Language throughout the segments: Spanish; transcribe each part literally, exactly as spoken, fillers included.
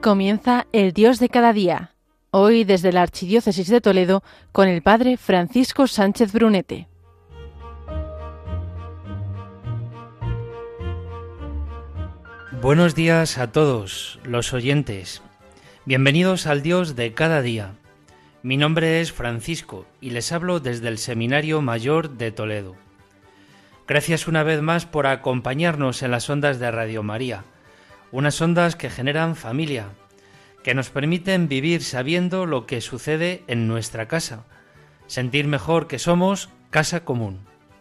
Comienza el Dios de cada día, hoy desde la Archidiócesis de Toledo con el Padre Francisco Sánchez Brunete. Buenos días a todos los oyentes. Bienvenidos al Dios de cada día. Mi nombre es Francisco y les hablo desde el Seminario Mayor de Toledo. Gracias una vez más por acompañarnos en las ondas de Radio María, unas ondas que generan familia, que nos permiten vivir sabiendo lo que sucede en nuestra casa, sentir mejor que somos casa común.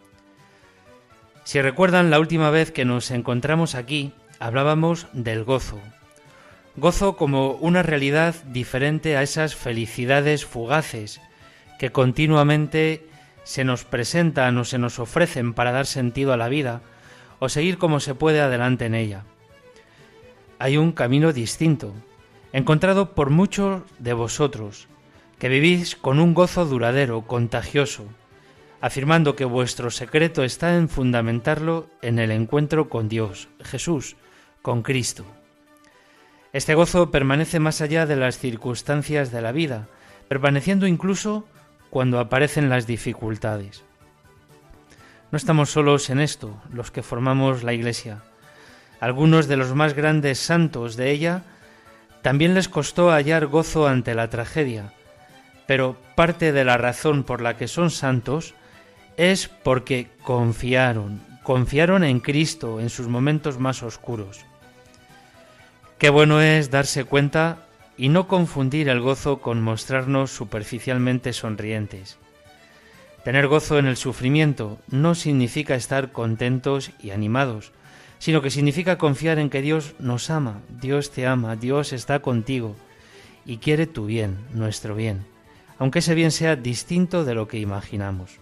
Si recuerdan, la última vez que nos encontramos aquí, hablábamos del gozo. Gozo como una realidad diferente a esas felicidades fugaces que continuamente se nos presentan o se nos ofrecen para dar sentido a la vida o seguir como se puede adelante en ella. Hay un camino distinto, encontrado por muchos de vosotros, que vivís con un gozo duradero, contagioso, afirmando que vuestro secreto está en fundamentarlo en el encuentro con Dios, Jesús, con Cristo. Este gozo permanece más allá de las circunstancias de la vida, permaneciendo incluso cuando aparecen las dificultades. No estamos solos en esto, los que formamos la Iglesia. Algunos de los más grandes santos de ella también les costó hallar gozo ante la tragedia, pero parte de la razón por la que son santos es porque confiaron, confiaron en Cristo en sus momentos más oscuros. Qué bueno es darse cuenta y no confundir el gozo con mostrarnos superficialmente sonrientes. Tener gozo en el sufrimiento no significa estar contentos y animados, sino que significa confiar en que Dios nos ama, Dios te ama, Dios está contigo y quiere tu bien, nuestro bien, aunque ese bien sea distinto de lo que imaginamos.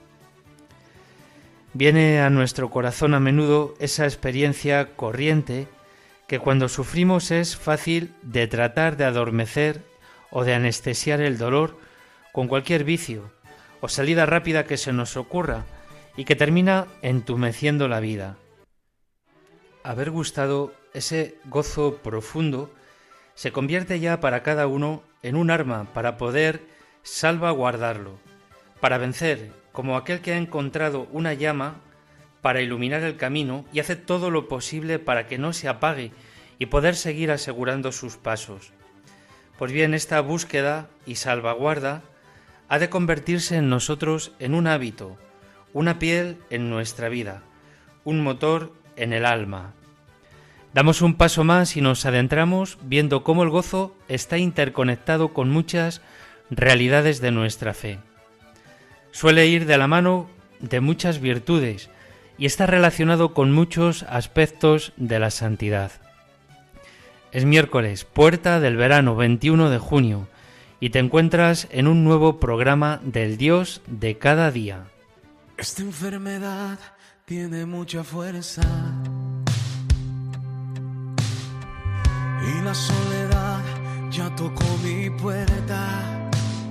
Viene a nuestro corazón a menudo esa experiencia corriente que cuando sufrimos es fácil de tratar de adormecer o de anestesiar el dolor con cualquier vicio o salida rápida que se nos ocurra y que termina entumeciendo la vida. Haber gustado ese gozo profundo se convierte ya para cada uno en un arma para poder salvaguardarlo, para vencer como aquel que ha encontrado una llama para iluminar el camino y hace todo lo posible para que no se apague y poder seguir asegurando sus pasos. Pues bien, esta búsqueda y salvaguarda ha de convertirse en nosotros en un hábito, una piel en nuestra vida, un motor en el alma. Damos un paso más y nos adentramos viendo cómo el gozo está interconectado con muchas realidades de nuestra fe. Suele ir de la mano de muchas virtudes y está relacionado con muchos aspectos de la santidad. Es miércoles, puerta del verano, veintiuno de junio, y te encuentras en un nuevo programa del Dios de cada día. Esta enfermedad tiene mucha fuerza y la soledad ya tocó mi puerta.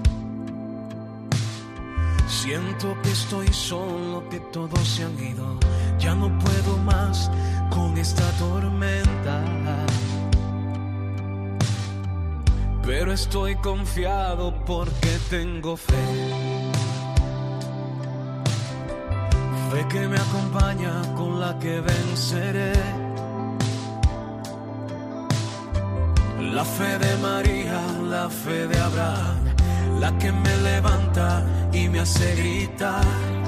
Siento que estoy solo, que todos se han ido. Ya no puedo más con esta tormenta. Pero estoy confiado porque tengo fe. Fe que me acompaña, con la que venceré. La fe de María, la fe de Abraham, la que me levanta y me hace gritar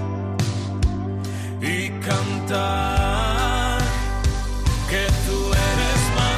y cantar que tú eres más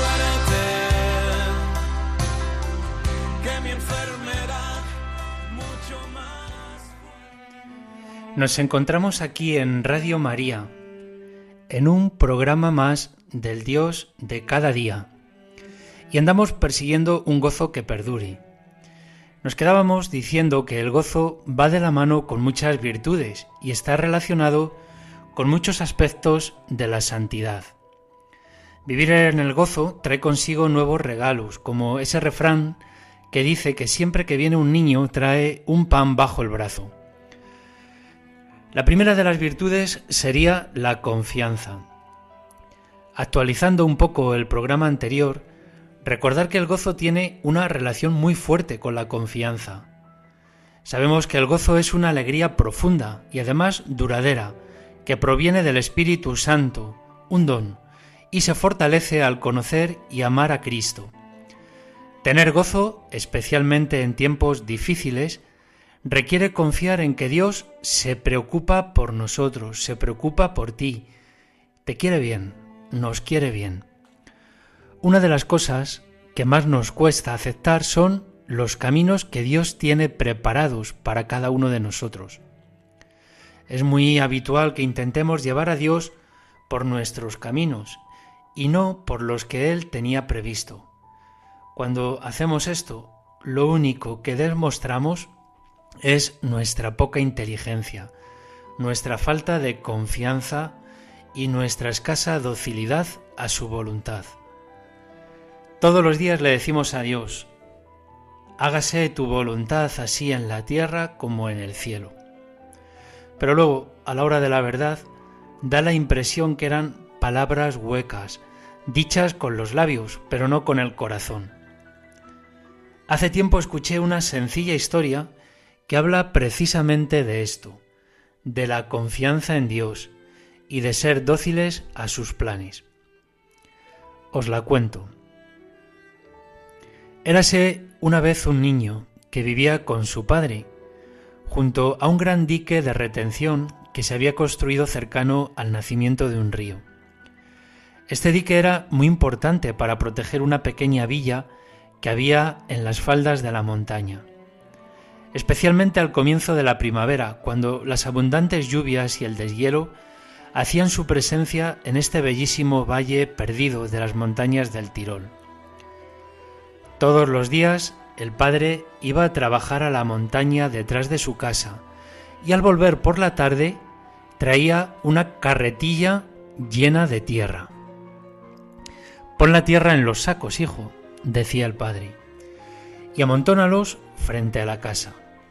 fuerte que mi enfermedad, mucho más fuerte. Nos encontramos aquí en Radio María, en un programa más del Dios de cada día, y andamos persiguiendo un gozo que perdure. Nos quedábamos diciendo que el gozo va de la mano con muchas virtudes y está relacionado con muchos aspectos de la santidad. Vivir en el gozo trae consigo nuevos regalos, como ese refrán que dice que siempre que viene un niño trae un pan bajo el brazo. La primera de las virtudes sería la confianza. Actualizando un poco el programa anterior, Recordar que el gozo tiene una relación muy fuerte con la confianza. Sabemos que el gozo es una alegría profunda y además duradera, que proviene del Espíritu Santo, un don, y se fortalece al conocer y amar a Cristo. Tener gozo, especialmente en tiempos difíciles, requiere confiar en que Dios se preocupa por nosotros, se preocupa por ti, te quiere bien, nos quiere bien. Una de las cosas que más nos cuesta aceptar son los caminos que Dios tiene preparados para cada uno de nosotros. Es muy habitual que intentemos llevar a Dios por nuestros caminos y no por los que Él tenía previsto. Cuando hacemos esto, lo único que demostramos es nuestra poca inteligencia, nuestra falta de confianza y nuestra escasa docilidad a su voluntad. Todos los días le decimos a Dios: hágase tu voluntad así en la tierra como en el cielo. Pero luego, a la hora de la verdad, da la impresión que eran palabras huecas, dichas con los labios, pero no con el corazón. Hace tiempo escuché una sencilla historia que habla precisamente de esto, de la confianza en Dios y de ser dóciles a sus planes. Os la cuento. Érase una vez un niño que vivía con su padre junto a un gran dique de retención que se había construido cercano al nacimiento de un río. Este dique era muy importante para proteger una pequeña villa que había en las faldas de la montaña, especialmente al comienzo de la primavera, cuando las abundantes lluvias y el deshielo hacían su presencia en este bellísimo valle perdido de las montañas del Tirol. Todos los días el padre iba a trabajar a la montaña detrás de su casa y al volver por la tarde traía una carretilla llena de tierra. «Pon la tierra en los sacos, hijo», decía el padre, «y amontónalos frente a la casa».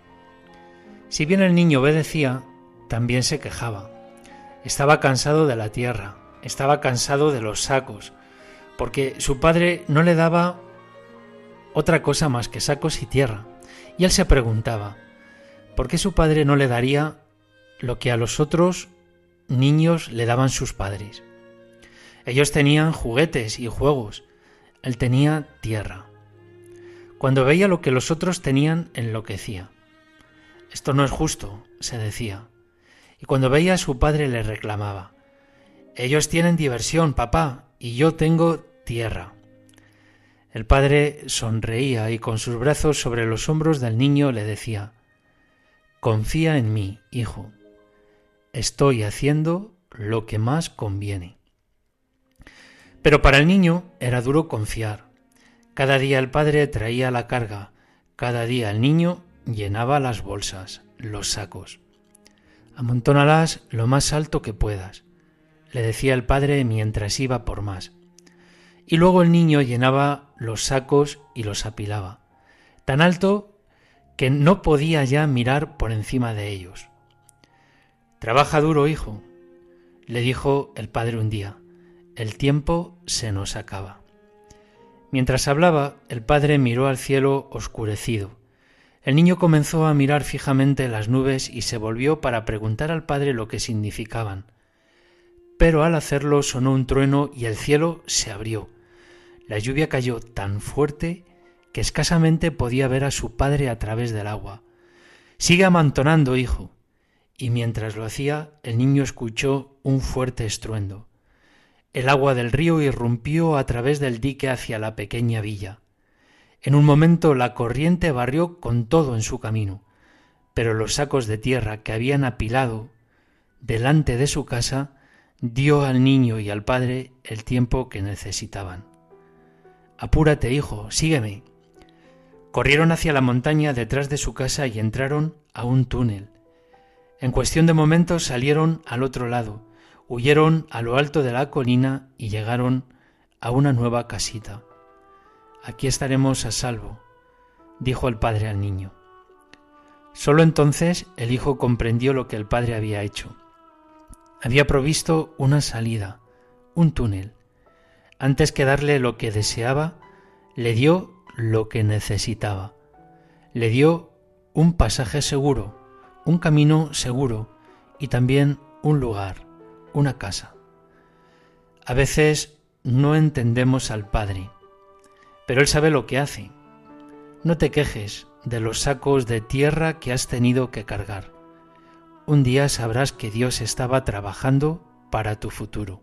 Si bien el niño obedecía, también se quejaba. Estaba cansado de la tierra, estaba cansado de los sacos, porque su padre no le daba otra cosa más que sacos y tierra, y él se preguntaba, ¿por qué su padre no le daría lo que a los otros niños le daban sus padres? Ellos tenían juguetes y juegos, él tenía tierra. Cuando veía lo que los otros tenían, enloquecía. Esto no es justo, se decía, y cuando veía a su padre le reclamaba, ellos tienen diversión, papá, y yo tengo tierra. El padre sonreía y con sus brazos sobre los hombros del niño le decía, confía en mí, hijo, estoy haciendo lo que más conviene. Pero para el niño era duro confiar. Cada día el padre traía la carga, cada día el niño llenaba las bolsas, los sacos. Amontónalas lo más alto que puedas, le decía el padre mientras iba por más. Y luego el niño llenaba los sacos y los apilaba, tan alto que no podía ya mirar por encima de ellos. Trabaja duro, hijo, le dijo el padre un día, el tiempo se nos acaba. Mientras hablaba, el padre miró al cielo oscurecido. El niño comenzó a mirar fijamente las nubes y se volvió para preguntar al padre lo que significaban. Pero al hacerlo sonó un trueno y el cielo se abrió. La lluvia cayó tan fuerte que escasamente podía ver a su padre a través del agua. «Sigue amontonando, hijo». Y mientras lo hacía, el niño escuchó un fuerte estruendo. El agua del río irrumpió a través del dique hacia la pequeña villa. En un momento la corriente barrió con todo en su camino, pero los sacos de tierra que habían apilado delante de su casa dio al niño y al padre el tiempo que necesitaban. «Apúrate, hijo, sígueme». Corrieron hacia la montaña detrás de su casa y entraron a un túnel. En cuestión de momentos salieron al otro lado, huyeron a lo alto de la colina y llegaron a una nueva casita. «Aquí estaremos a salvo», dijo el padre al niño. Solo entonces el hijo comprendió lo que el padre había hecho. Había provisto una salida, un túnel. Antes que darle lo que deseaba, le dio lo que necesitaba. Le dio un pasaje seguro, un camino seguro y también un lugar, una casa. A veces no entendemos al Padre, pero Él sabe lo que hace. No te quejes de los sacos de tierra que has tenido que cargar. Un día sabrás que Dios estaba trabajando para tu futuro.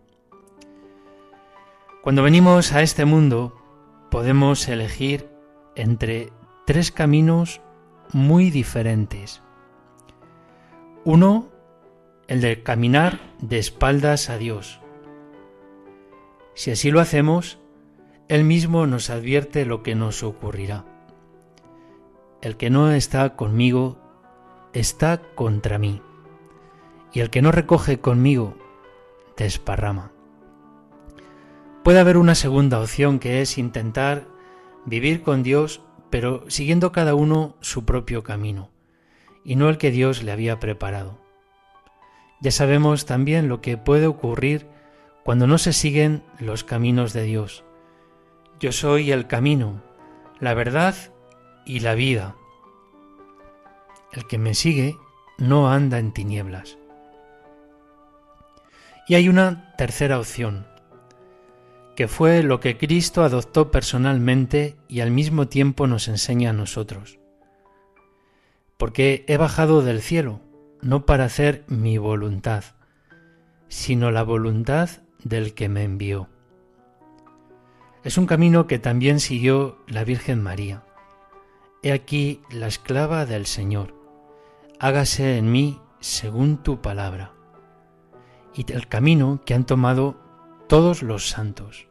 Cuando venimos a este mundo, podemos elegir entre tres caminos muy diferentes. Uno, el de caminar de espaldas a Dios. Si así lo hacemos, Él mismo nos advierte lo que nos ocurrirá. El que no está conmigo está contra mí, y el que no recoge conmigo desparrama. Puede haber una segunda opción, que es intentar vivir con Dios, pero siguiendo cada uno su propio camino, y no el que Dios le había preparado. Ya sabemos también lo que puede ocurrir cuando no se siguen los caminos de Dios. Yo soy el camino, la verdad y la vida. El que me sigue no anda en tinieblas. Y hay una tercera opción, que fue lo que Cristo adoptó personalmente y al mismo tiempo nos enseña a nosotros. Porque he bajado del cielo, no para hacer mi voluntad, sino la voluntad del que me envió. Es un camino que también siguió la Virgen María. He aquí la esclava del Señor, hágase en mí según tu palabra. Y el camino que han tomado todos los santos.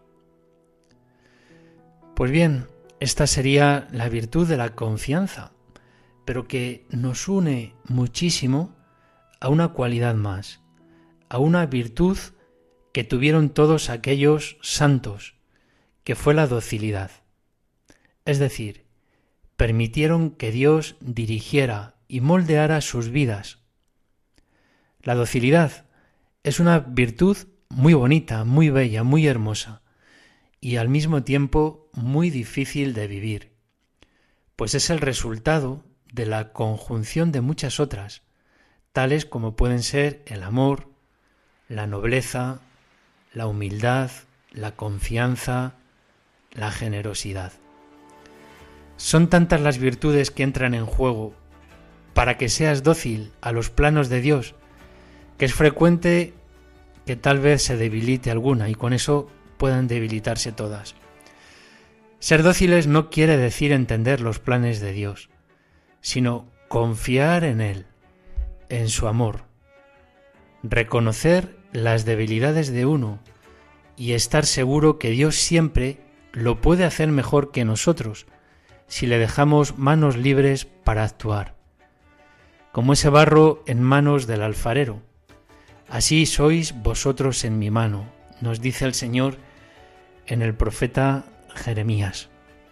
Pues bien, esta sería la virtud de la confianza, pero que nos une muchísimo a una cualidad más, a una virtud que tuvieron todos aquellos santos, que fue la docilidad. Es decir, permitieron que Dios dirigiera y moldeara sus vidas. La docilidad es una virtud muy bonita, muy bella, muy hermosa y al mismo tiempo muy difícil de vivir, pues es el resultado de la conjunción de muchas otras, tales como pueden ser el amor, la nobleza, la humildad, la confianza, la generosidad. Son tantas las virtudes que entran en juego para que seas dócil a los planos de Dios, que es frecuente que tal vez se debilite alguna y con eso puedan debilitarse todas. Ser dóciles no quiere decir entender los planes de Dios, sino confiar en Él, en su amor, reconocer las debilidades de uno y estar seguro que Dios siempre lo puede hacer mejor que nosotros si le dejamos manos libres para actuar. Como ese barro en manos del alfarero, así sois vosotros en mi mano, nos dice el Señor en el profeta Jeremías.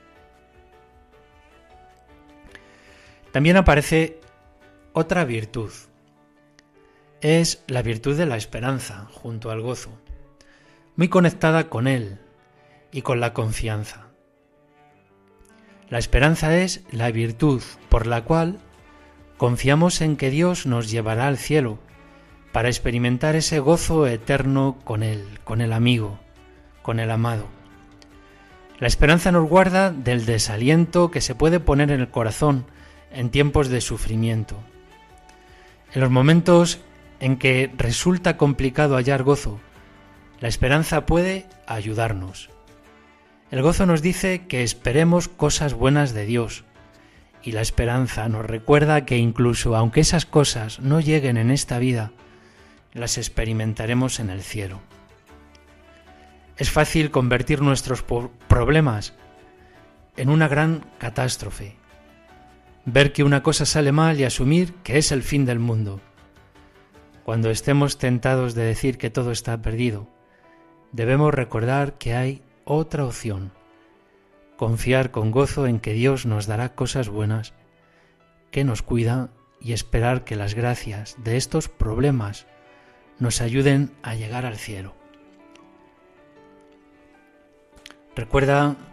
También aparece otra virtud. Es la virtud de la esperanza junto al gozo, muy conectada con Él y con la confianza. La esperanza es la virtud por la cual confiamos en que Dios nos llevará al cielo para experimentar ese gozo eterno con Él, con el amigo, con el amado. La esperanza nos guarda del desaliento que se puede poner en el corazón en tiempos de sufrimiento. En los momentos en que resulta complicado hallar gozo, la esperanza puede ayudarnos. El gozo nos dice que esperemos cosas buenas de Dios, y la esperanza nos recuerda que incluso aunque esas cosas no lleguen en esta vida, las experimentaremos en el cielo. Es fácil convertir nuestros problemas en una gran catástrofe, ver que una cosa sale mal y asumir que es el fin del mundo. Cuando estemos tentados de decir que todo está perdido, debemos recordar que hay otra opción, confiar con gozo en que Dios nos dará cosas buenas, que nos cuida y esperar que las gracias de estos problemas nos ayuden a llegar al cielo. Recuerda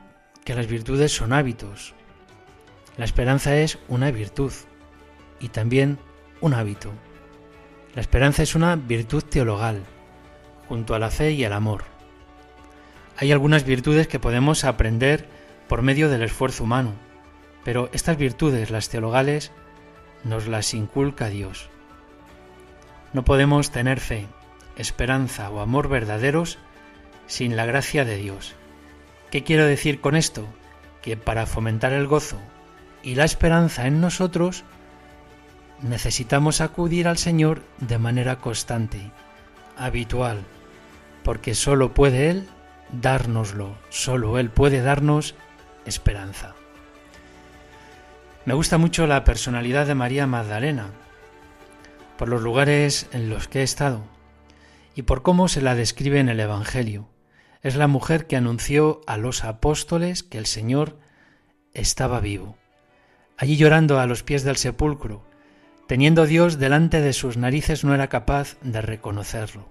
que las virtudes son hábitos. La esperanza es una virtud y también un hábito. La esperanza es una virtud teologal, junto a la fe y el amor. Hay algunas virtudes que podemos aprender por medio del esfuerzo humano, pero estas virtudes, las teologales, nos las inculca Dios. No podemos tener fe, esperanza o amor verdaderos sin la gracia de Dios. ¿Qué quiero decir con esto? Que para fomentar el gozo y la esperanza en nosotros, necesitamos acudir al Señor de manera constante, habitual, porque solo puede Él dárnoslo, solo Él puede darnos esperanza. Me gusta mucho la personalidad de María Magdalena, por los lugares en los que he estado y por cómo se la describe en el Evangelio. Es la mujer que anunció a los apóstoles que el Señor estaba vivo. Allí llorando a los pies del sepulcro, teniendo Dios delante de sus narices, no era capaz de reconocerlo.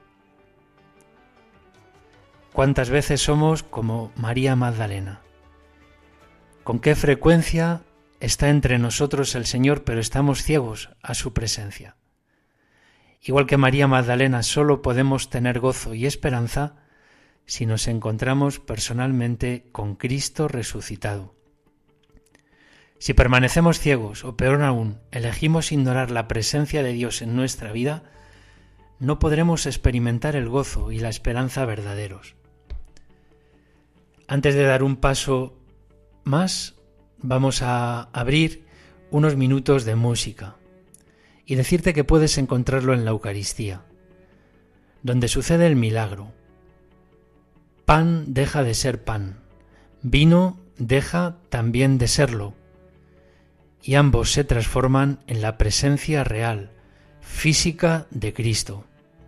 ¿Cuántas veces somos como María Magdalena? ¿Con qué frecuencia está entre nosotros el Señor, pero estamos ciegos a su presencia? Igual que María Magdalena, solo podemos tener gozo y esperanza si nos encontramos personalmente con Cristo resucitado. Si permanecemos ciegos, o peor aún, elegimos ignorar la presencia de Dios en nuestra vida, no podremos experimentar el gozo y la esperanza verdaderos. Antes de dar un paso más, vamos a abrir unos minutos de música y decirte que puedes encontrarlo en la Eucaristía, donde sucede el milagro. Pan deja de ser pan, vino deja también de serlo, y ambos se transforman en la presencia real, física de Cristo.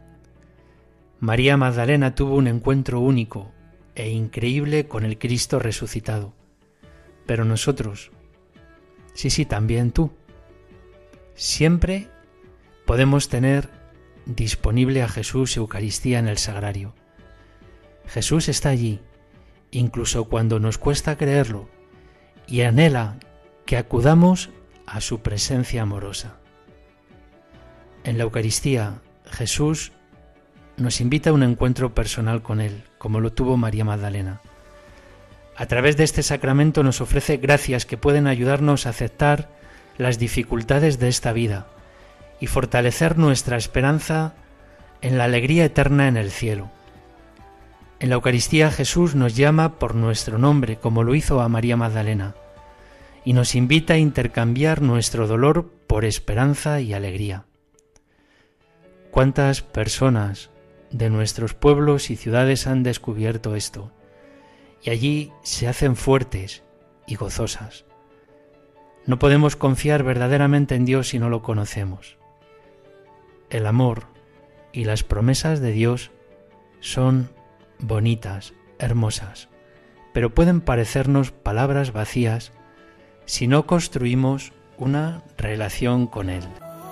María Magdalena tuvo un encuentro único e increíble con el Cristo resucitado. Pero nosotros, sí, sí, también tú, siempre podemos tener disponible a Jesús Eucaristía en el sagrario. Jesús está allí, incluso cuando nos cuesta creerlo, y anhela que acudamos a su presencia amorosa. En la Eucaristía, Jesús nos invita a un encuentro personal con Él, como lo tuvo María Magdalena. A través de este sacramento nos ofrece gracias que pueden ayudarnos a aceptar las dificultades de esta vida y fortalecer nuestra esperanza en la alegría eterna en el cielo. En la Eucaristía Jesús nos llama por nuestro nombre, como lo hizo a María Magdalena, y nos invita a intercambiar nuestro dolor por esperanza y alegría. ¿Cuántas personas de nuestros pueblos y ciudades han descubierto esto? Y allí se hacen fuertes y gozosas. No podemos confiar verdaderamente en Dios si no lo conocemos. El amor y las promesas de Dios son bonitas, hermosas, pero pueden parecernos palabras vacías si no construimos una relación con Él.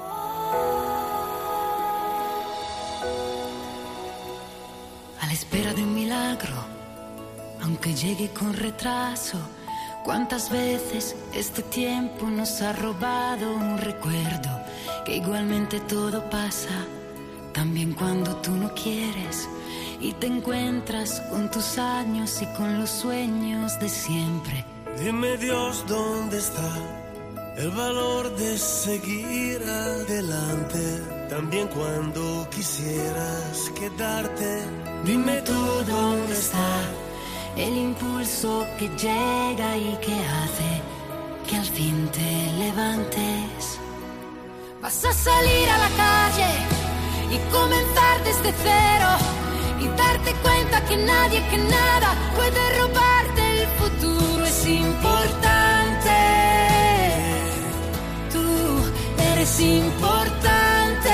A la espera de un milagro, aunque llegue con retraso, ¿cuántas veces este tiempo nos ha robado un recuerdo? Que igualmente todo pasa, también cuando tú no quieres, y te encuentras con tus años y con los sueños de siempre. Dime, Dios, ¿dónde está el valor de seguir adelante? También cuando quisieras quedarte. Dime tú dónde está el impulso que llega y que hace que al fin te levantes. Vas a salir a la calle y comenzar desde cero y darte cuenta que nadie, que nada puede robarte el futuro. Es importante, tú eres importante.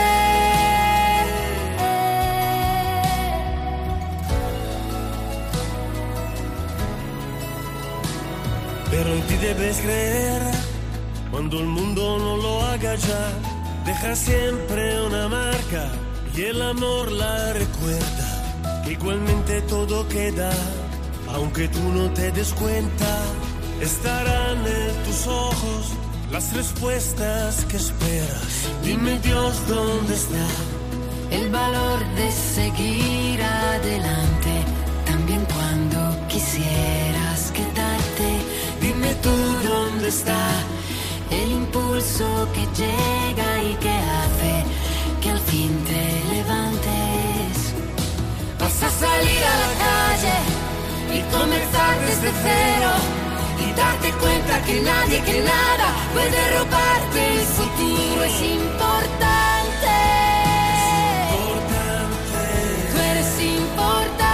Pero en ti debes creer, cuando el mundo no lo haga ya. Deja siempre una marca y el amor la recuerda, que igualmente todo queda Aunque tú no te des cuenta, estarán en tus ojos las respuestas que esperas. Dime, Dios, ¿dónde está el valor de seguir adelante? También cuando quisieras quedarte. Dime tú, ¿dónde está el impulso que llega y que hace que al fin te levantes? Vas a salir a la calle y comenzar desde cero y darte cuenta que nadie, que nada puede robarte el futuro. Es importante, Es importante. tú eres importante.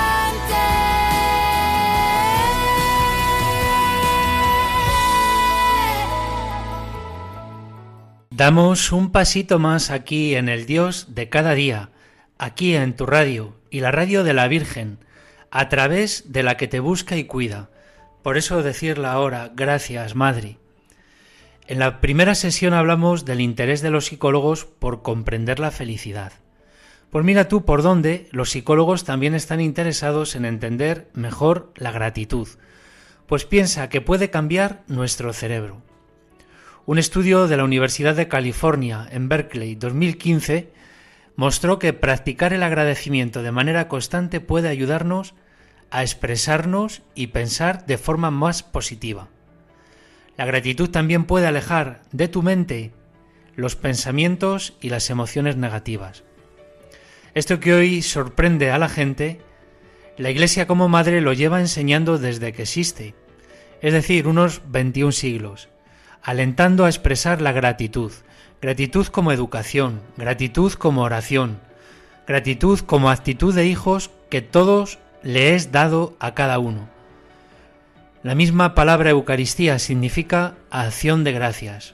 Damos un pasito más aquí en el Dios de cada día, aquí en tu radio y la radio de la Virgen, a través de la que te busca y cuida. Por eso decirla ahora, gracias, Madre. En la primera sesión hablamos del interés de los psicólogos por comprender la felicidad. Pues mira tú por dónde los psicólogos también están interesados en entender mejor la gratitud, pues piensa que puede cambiar nuestro cerebro. Un estudio de la Universidad de California en Berkeley dos mil quince mostró que practicar el agradecimiento de manera constante puede ayudarnos a expresarnos y pensar de forma más positiva. La gratitud también puede alejar de tu mente los pensamientos y las emociones negativas. Esto que hoy sorprende a la gente, la Iglesia como madre lo lleva enseñando desde que existe, es decir, unos veintiún siglos, alentando a expresar la gratitud, gratitud como educación, gratitud como oración, gratitud como actitud de hijos que todos le es dado a cada uno. La misma palabra Eucaristía significa acción de gracias.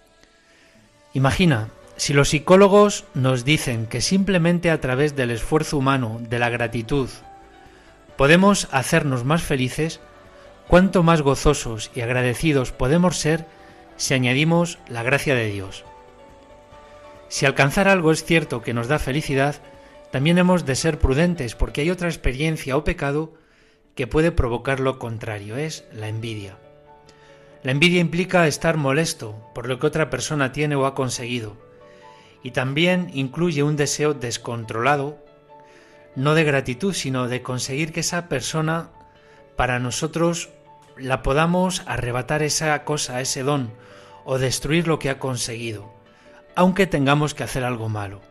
Imagina, si los psicólogos nos dicen que simplemente a través del esfuerzo humano, de la gratitud, podemos hacernos más felices, cuánto más gozosos y agradecidos podemos ser si añadimos la gracia de Dios. Si alcanzar algo es cierto que nos da felicidad, también hemos de ser prudentes porque hay otra experiencia o pecado que puede provocar lo contrario, es la envidia. La envidia implica estar molesto por lo que otra persona tiene o ha conseguido, y también incluye un deseo descontrolado, no de gratitud, sino de conseguir que esa persona, para nosotros, la podamos arrebatar esa cosa, ese don, o destruir lo que ha conseguido, aunque tengamos que hacer algo malo.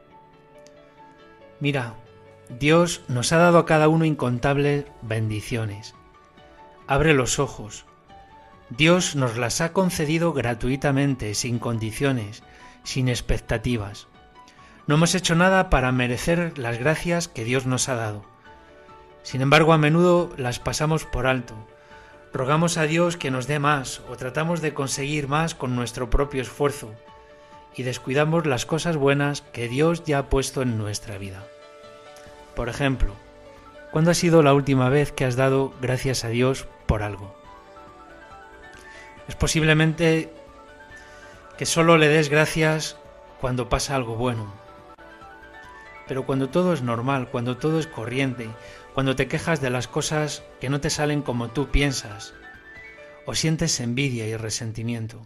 Mira, Dios nos ha dado a cada uno incontables bendiciones. Abre los ojos. Dios nos las ha concedido gratuitamente, sin condiciones, sin expectativas. No hemos hecho nada para merecer las gracias que Dios nos ha dado. Sin embargo, a menudo las pasamos por alto. Rogamos a Dios que nos dé más o tratamos de conseguir más con nuestro propio esfuerzo y descuidamos las cosas buenas que Dios ya ha puesto en nuestra vida. Por ejemplo, ¿cuándo ha sido la última vez que has dado gracias a Dios por algo? Es posiblemente que solo le des gracias cuando pasa algo bueno. Pero cuando todo es normal, cuando todo es corriente, cuando te quejas de las cosas que no te salen como tú piensas, o sientes envidia y resentimiento,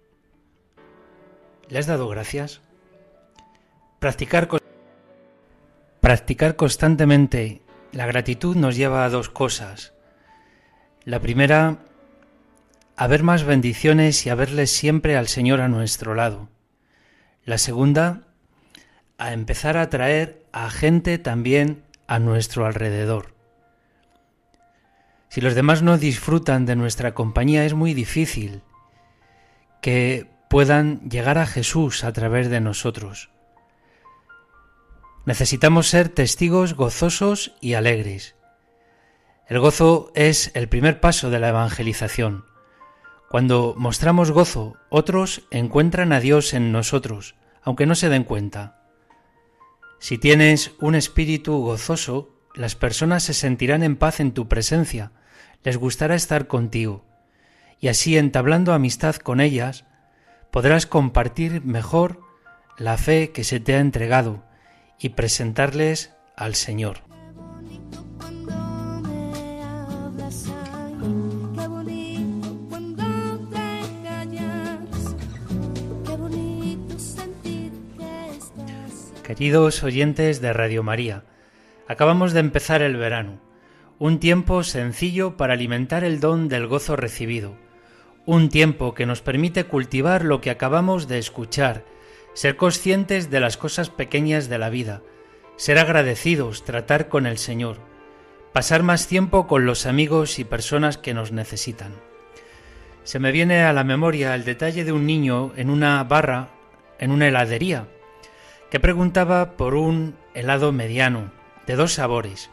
¿le has dado gracias? Practicar, practicar constantemente la gratitud nos lleva a dos cosas. La primera, a ver más bendiciones y a verles siempre al Señor a nuestro lado. La segunda, a empezar a atraer a gente también a nuestro alrededor. Si los demás no disfrutan de nuestra compañía, es muy difícil que puedan llegar a Jesús a través de nosotros. Necesitamos ser testigos gozosos y alegres. El gozo es el primer paso de la evangelización. Cuando mostramos gozo, otros encuentran a Dios en nosotros, aunque no se den cuenta. Si tienes un espíritu gozoso, las personas se sentirán en paz en tu presencia, les gustará estar contigo, y así entablando amistad con ellas, podrás compartir mejor la fe que se te ha entregado y presentarles al Señor. Qué bonito cuando me hablas Queridos oyentes de Radio María, acabamos de empezar el verano, un tiempo sencillo para alimentar el don del gozo recibido, un tiempo que nos permite cultivar lo que acabamos de escuchar, ser conscientes de las cosas pequeñas de la vida, ser agradecidos, tratar con el Señor, pasar más tiempo con los amigos y personas que nos necesitan. Se me viene a la memoria el detalle de un niño en una barra, en una heladería, que preguntaba por un helado mediano, de dos sabores.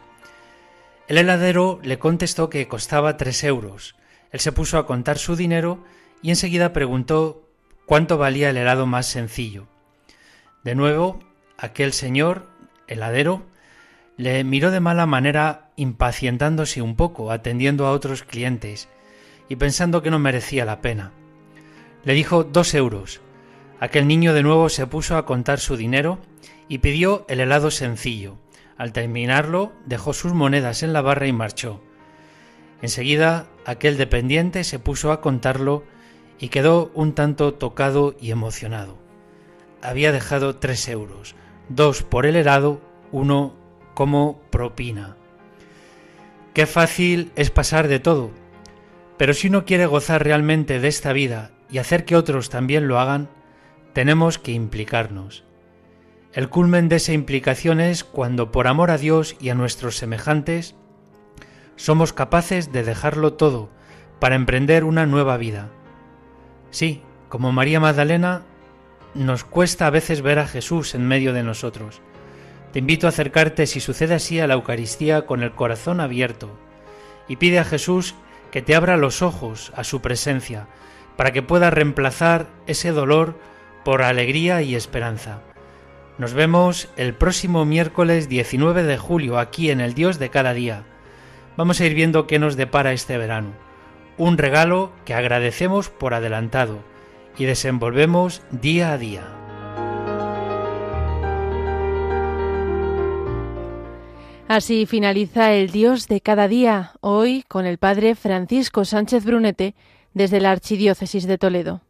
El heladero le contestó que costaba tres euros. Él se puso a contar su dinero y enseguida preguntó cuánto valía el helado más sencillo. De nuevo, aquel señor, heladero, le miró de mala manera, impacientándose un poco, atendiendo a otros clientes y pensando que no merecía la pena. Le dijo dos euros. Aquel niño de nuevo se puso a contar su dinero y pidió el helado sencillo. Al terminarlo, dejó sus monedas en la barra y marchó. Enseguida, aquel dependiente se puso a contarlo y quedó un tanto tocado y emocionado. Había dejado tres euros, dos por el helado, uno como propina. Qué fácil es pasar de todo, pero si uno quiere gozar realmente de esta vida y hacer que otros también lo hagan, tenemos que implicarnos. El culmen de esa implicación es cuando, por amor a Dios y a nuestros semejantes, somos capaces de dejarlo todo para emprender una nueva vida. Sí, como María Magdalena, nos cuesta a veces ver a Jesús en medio de nosotros. Te invito a acercarte, si sucede así, a la Eucaristía con el corazón abierto y pide a Jesús que te abra los ojos a su presencia para que pueda reemplazar ese dolor por alegría y esperanza. Nos vemos el próximo miércoles diecinueve de julio aquí en el Dios de cada día. Vamos a ir viendo qué nos depara este verano. Un regalo que agradecemos por adelantado y desenvolvemos día a día. Así finaliza el Dios de cada día, hoy con el Padre Francisco Sánchez Brunete desde la Archidiócesis de Toledo.